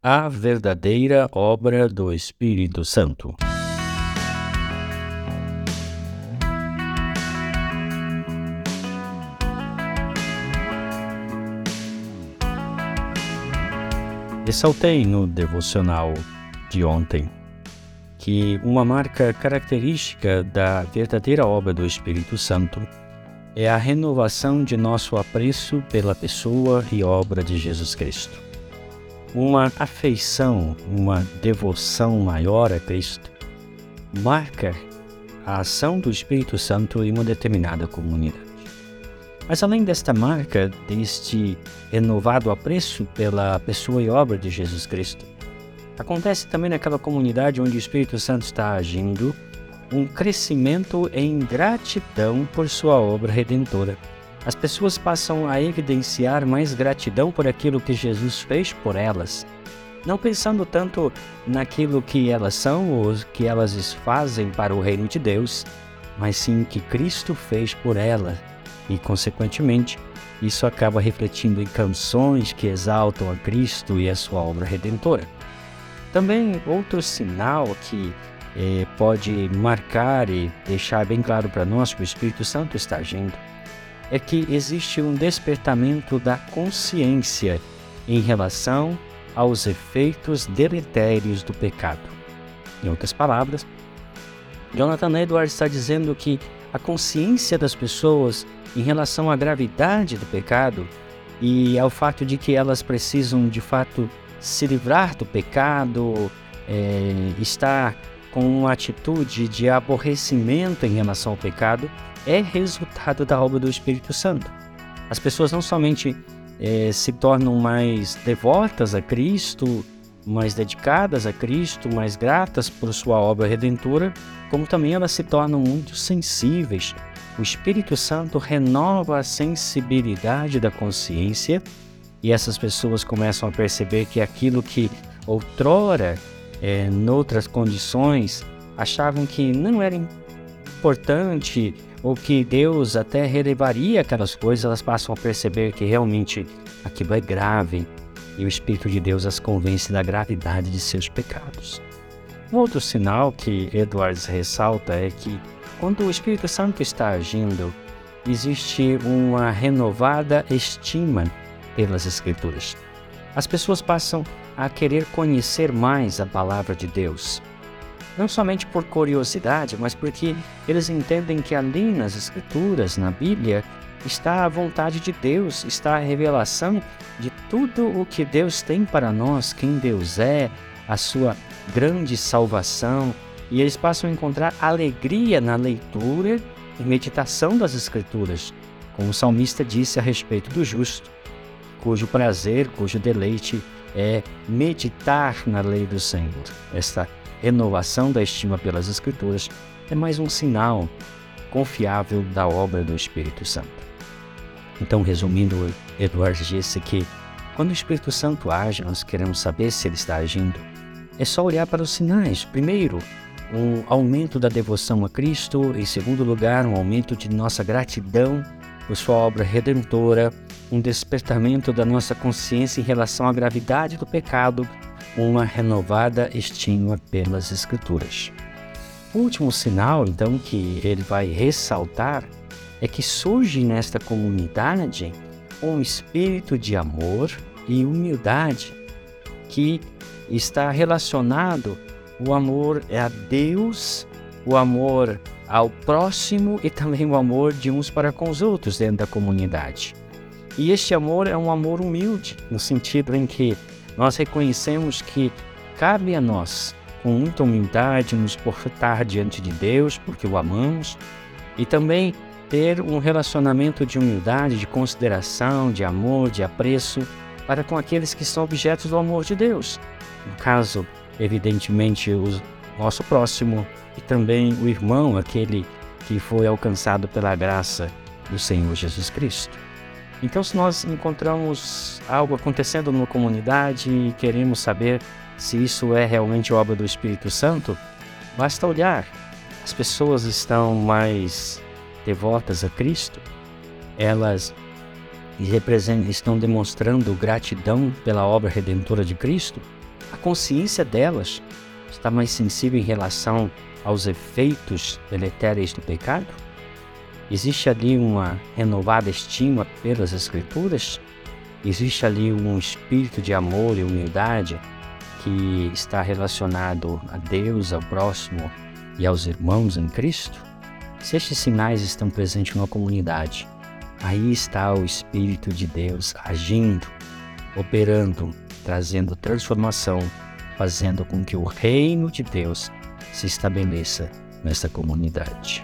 A verdadeira obra do Espírito Santo. Ressaltei no devocional de ontem que uma marca característica da verdadeira obra do Espírito Santo é a renovação de nosso apreço pela pessoa e obra de Jesus Cristo. Uma afeição, uma devoção maior a Cristo marca a ação do Espírito Santo em uma determinada comunidade. Mas além desta marca, deste renovado apreço pela pessoa e obra de Jesus Cristo, acontece também naquela comunidade onde o Espírito Santo está agindo um crescimento em gratidão por sua obra redentora. As pessoas passam a evidenciar mais gratidão por aquilo que Jesus fez por elas, não pensando tanto naquilo que elas são ou que elas fazem para o reino de Deus, mas sim o que Cristo fez por elas. E, consequentemente, isso acaba refletindo em canções que exaltam a Cristo e a sua obra redentora. Também outro sinal que pode marcar e deixar bem claro para nós que o Espírito Santo está agindo é que existe um despertamento da consciência em relação aos efeitos deletérios do pecado. Em outras palavras, Jonathan Edwards está dizendo que a consciência das pessoas em relação à gravidade do pecado e ao fato de que elas precisam, de fato, se livrar do pecado, estar com uma atitude de aborrecimento em relação ao pecado, é resultado da obra do Espírito Santo. As pessoas não somente se tornam mais devotas a Cristo, mais dedicadas a Cristo, mais gratas por sua obra redentora, como também elas se tornam muito sensíveis. O Espírito Santo renova a sensibilidade da consciência e essas pessoas começam a perceber que aquilo que outrora, noutras condições, achavam que não era importante ou que Deus até relevaria aquelas coisas, elas passam a perceber que realmente aquilo é grave e o Espírito de Deus as convence da gravidade de seus pecados. Um outro sinal que Edwards ressalta é que quando o Espírito Santo está agindo, existe uma renovada estima pelas Escrituras. As pessoas passam a querer conhecer mais a palavra de Deus. Não somente por curiosidade, mas porque eles entendem que ali nas Escrituras, na Bíblia, está a vontade de Deus, está a revelação de tudo o que Deus tem para nós, quem Deus é, a sua grande salvação. E eles passam a encontrar alegria na leitura e meditação das Escrituras, como o salmista disse a respeito do justo, cujo prazer, cujo deleite é meditar na lei do Senhor. Esta renovação da estima pelas Escrituras é mais um sinal confiável da obra do Espírito Santo. Então, resumindo, Edwards disse que quando o Espírito Santo age, nós queremos saber se ele está agindo. É só olhar para os sinais. Primeiro, um aumento da devoção a Cristo. Em segundo lugar, um aumento de nossa gratidão por sua obra redentora, um despertamento da nossa consciência em relação à gravidade do pecado, uma renovada estima pelas Escrituras. O último sinal, então, que ele vai ressaltar é que surge nesta comunidade um espírito de amor e humildade que está relacionado o amor a Deus, o amor ao próximo e também o amor de uns para com os outros dentro da comunidade. E este amor é um amor humilde, no sentido em que nós reconhecemos que cabe a nós, com muita humildade, nos portar diante de Deus, porque o amamos, e também ter um relacionamento de humildade, de consideração, de amor, de apreço, para com aqueles que são objetos do amor de Deus. No caso, evidentemente, o nosso próximo e também o irmão, aquele que foi alcançado pela graça do Senhor Jesus Cristo. Então, se nós encontramos algo acontecendo numa comunidade e queremos saber se isso é realmente obra do Espírito Santo, basta olhar. As pessoas estão mais devotas a Cristo, elas estão demonstrando gratidão pela obra redentora de Cristo, A consciência delas está mais sensível em relação aos efeitos deletérios do pecado? Existe ali uma renovada estima pelas Escrituras? Existe ali um espírito de amor e humildade que está relacionado a Deus, ao próximo e aos irmãos em Cristo? Se estes sinais estão presentes numa comunidade, aí está o Espírito de Deus agindo, operando, trazendo transformação, fazendo com que o reino de Deus se estabeleça nessa comunidade.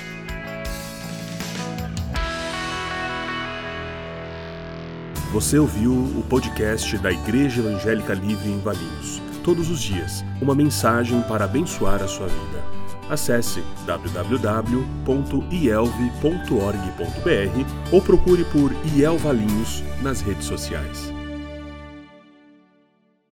Você ouviu o podcast da Igreja Evangélica Livre em Valinhos. Todos os dias, uma mensagem para abençoar a sua vida. Acesse www.ielve.org.br ou procure por IEL Valinhos nas redes sociais.